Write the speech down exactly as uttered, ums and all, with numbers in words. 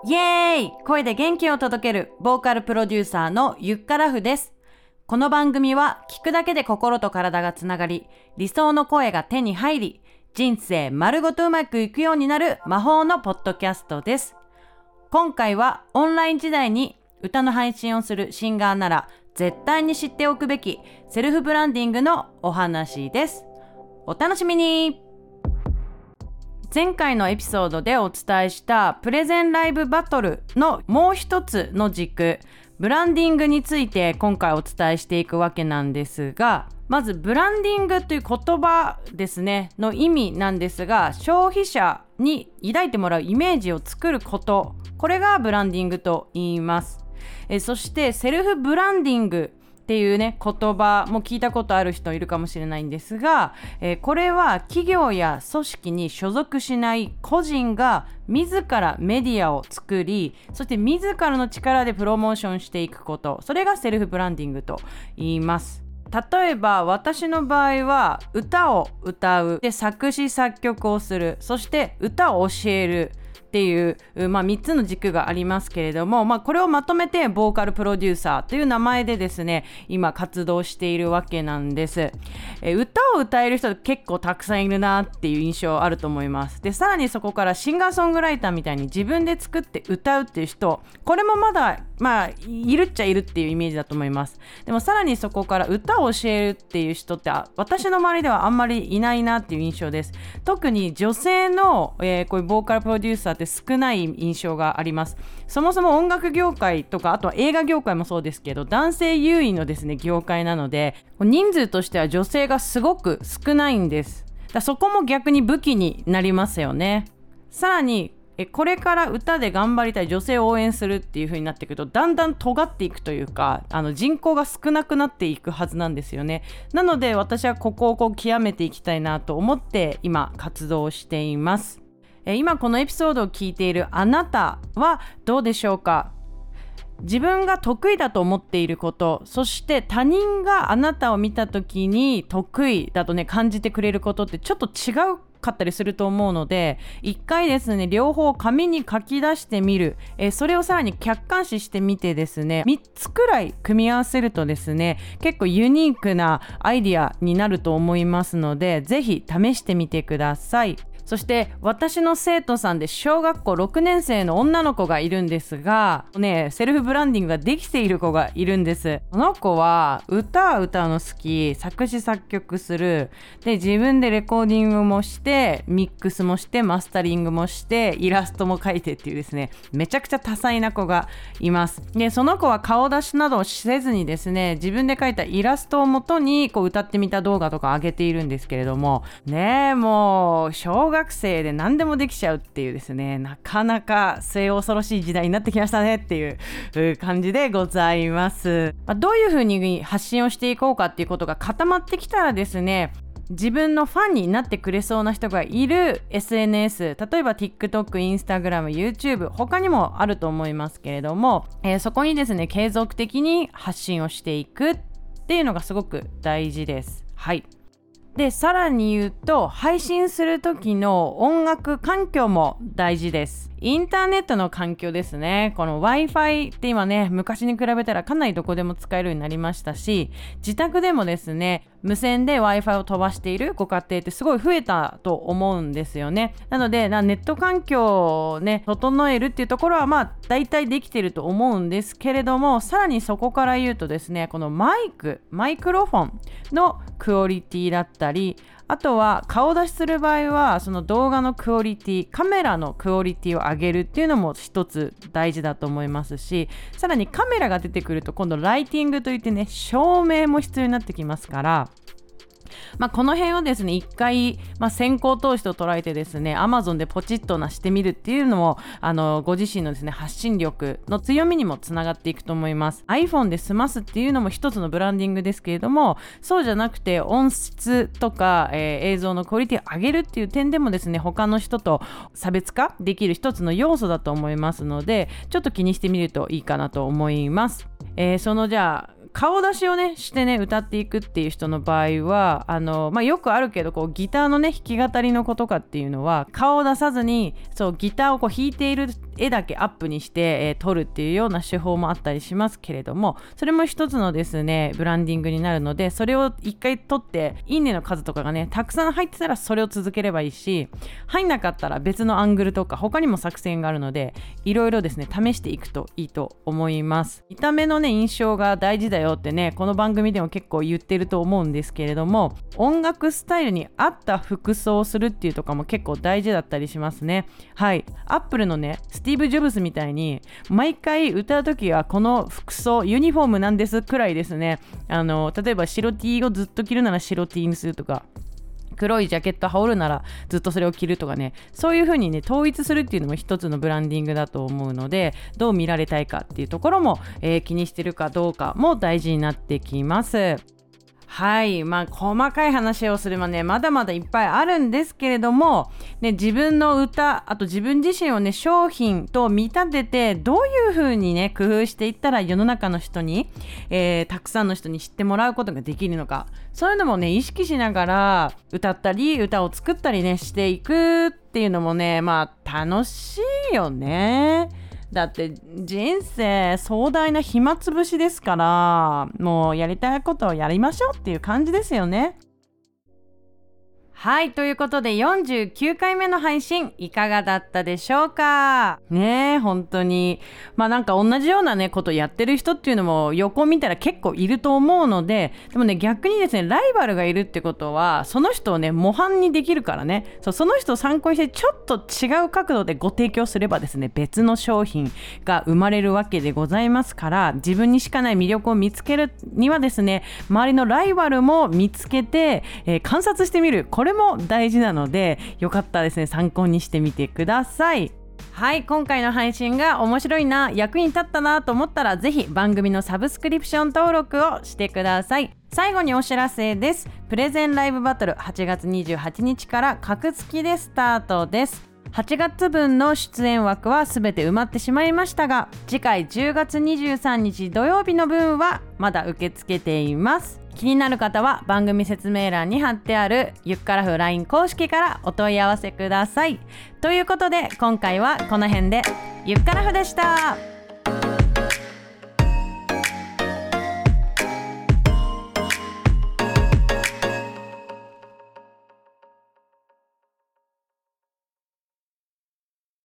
イエーイ！声で元気を届けるボーカルプロデューサーのゆっからふです。この番組は聞くだけで心と体がつながり、理想の声が手に入り、人生丸ごとうまくいくようになる魔法のポッドキャストです。今回はオンライン時代に歌の配信をするシンガーなら絶対に知っておくべきセルフブランディングのお話です。お楽しみに。前回のエピソードでお伝えしたプレゼンライブバトルのもう一つの軸、ブランディングについて今回お伝えしていくわけなんですが、まずブランディングという言葉ですねの意味なんですが、消費者に抱いてもらうイメージを作ること、これがブランディングと言います。えそしてセルフブランディングっていうね言葉も聞いたことある人いるかもしれないんですが、えー、これは企業や組織に所属しない個人が自らメディアを作り、そして自らの力でプロモーションしていくこと、それがセルフブランディングと言います。例えば私の場合は歌を歌う、で作詞作曲をする、そして歌を教えるっていう、まあ、みっつの軸がありますけれども、まあ、これをまとめてボーカルプロデューサーという名前でですね今活動しているわけなんです。え歌を歌える人結構たくさんいるなっていう印象あると思います。でさらにそこからシンガーソングライターみたいに自分で作って歌うっていう人、これもまだまあいるっちゃいるっていうイメージだと思います。でもさらにそこから歌を教えるっていう人って私の周りではあんまりいないなっていう印象です。特に女性の、えー、こういうボーカルプロデューサーって少ない印象があります。そもそも音楽業界とかあとは映画業界もそうですけど、男性優位のですね業界なので、人数としては女性がすごく少ないんです。だそこも逆に武器になりますよね。さらにえこれから歌で頑張りたい女性を応援するっていう風になっていくと、だんだん尖っていくというか、あの人口が少なくなっていくはずなんですよね。なので私はここをこう極めていきたいなと思って今活動しています。え今このエピソードを聞いているあなたはどうでしょうか。自分が得意だと思っていること、そして他人があなたを見た時に得意だとね感じてくれることってちょっと違うかったりすると思うので、一回ですね両方紙に書き出してみる、えー、それをさらに客観視してみてですねみっつくらい組み合わせるとですね結構ユニークなアイディアになると思いますので、ぜひ試してみてください。そして私の生徒さんで小学校ろくねん生の女の子がいるんですが、ね、セルフブランディングができている子がいるんです。この子は歌を歌うの好き、作詞作曲する、で自分でレコーディングもしてミックスもしてマスタリングもしてイラストも描いてっていうですねめちゃくちゃ多彩な子がいます。でその子は顔出しなどをせずにですね自分で描いたイラストをもとにこう歌ってみた動画とか上げているんですけれどもね、もう小学学生で何でもできちゃうっていうですね、なかなか末恐ろしい時代になってきましたねっていう感じでございます。まあ、どういう風に発信をしていこうかっていうことが固まってきたらですね、自分のファンになってくれそうな人がいる エスエヌエス、 例えば TikTok、Instagram、YouTube 他にもあると思いますけれども、えー、そこにですね継続的に発信をしていくっていうのがすごく大事です。はい。でさらに言うと配信する時の音楽環境も大事です。インターネットの環境ですね。この Wi-Fi って今ね昔に比べたらかなりどこでも使えるようになりましたし、自宅でもですね無線で Wi-Fi を飛ばしているご家庭ってすごい増えたと思うんですよね。なのでネット環境をね整えるっていうところはまあ大体できてると思うんですけれども、さらにそこから言うとですねこのマイクマイクロフォンのクオリティだったり、あとは顔出しする場合はその動画のクオリティ、カメラのクオリティを上げるっていうのも一つ大事だと思いますし、さらにカメラが出てくると今度ライティングといってね照明も必要になってきますから、まあ、この辺をですね一回、まあ、先行投資と捉えてですね Amazon でポチッとなしてみるっていうのもあのご自身のですね発信力の強みにもつながっていくと思います。 iPhone で済ますっていうのも一つのブランディングですけれども、そうじゃなくて音質とか、えー、映像のクオリティを上げるっていう点でもですね他の人と差別化できる一つの要素だと思いますので、ちょっと気にしてみるといいかなと思います。えー、そのじゃあ顔出しをねしてね歌っていくっていう人の場合はあの、まあ、よくあるけどこうギターのね弾き語りの子とかっていうのは顔を出さずにそうギターをこう弾いている絵だけアップにして、えー、撮るっていうような手法もあったりしますけれども、それも一つのですねブランディングになるので、それを一回撮っていいねの数とかがねたくさん入ってたらそれを続ければいいし、入んなかったら別のアングルとか他にも作戦があるのでいろいろですね試していくといいと思います。見た目のね印象が大事だよってねこの番組でも結構言ってると思うんですけれども、音楽スタイルに合った服装をするっていうとかも結構大事だったりしますね。はい、アップルのねスティーブ・ジョブズみたいに毎回歌うときはこの服装ユニフォームなんですくらいですね、あの例えば白 T をずっと着るなら白 T にするとか、黒いジャケット羽織るならずっとそれを着るとかね、そういう風にね統一するっていうのも一つのブランディングだと思うので、どう見られたいかっていうところも、えー、気にしてるかどうかも大事になってきます。はい、まあ細かい話をすればねまだまだいっぱいあるんですけれども、ね、自分の歌、あと自分自身をね商品と見立ててどういう風にね工夫していったら世の中の人に、えー、たくさんの人に知ってもらうことができるのか、そういうのもね意識しながら歌ったり歌を作ったりねしていくっていうのもねまあ楽しいよね。だって人生壮大な暇つぶしですから、もうやりたいことをやりましょうっていう感じですよね。はい、ということでよんじゅうきゅうかいめの配信いかがだったでしょうかね。え本当にまあなんか同じようなねことやってる人っていうのも横見たら結構いると思うので、でもね逆にですねライバルがいるってことはその人をね模範にできるからね、そうその人を参考にしてちょっと違う角度でご提供すればですね別の商品が生まれるわけでございますから、自分にしかない魅力を見つけるにはですね周りのライバルも見つけて、えー、観察してみる、これも大事なのでよかったらですね参考にしてみてください。はい、今回の配信が面白いな、役に立ったなと思ったらぜひ番組のサブスクリプション登録をしてください。最後にお知らせです。プレゼンライブバトルはちがつにじゅうはちにちから格付きでスタートです。はちがつぶんの出演枠はすべて埋まってしまいましたが、次回じゅうがつにじゅうさんにち土曜日の分はまだ受け付けています。気になる方は番組説明欄に貼ってあるゆっからふ ライン 公式からお問い合わせください。ということで今回はこの辺でゆっからふでした。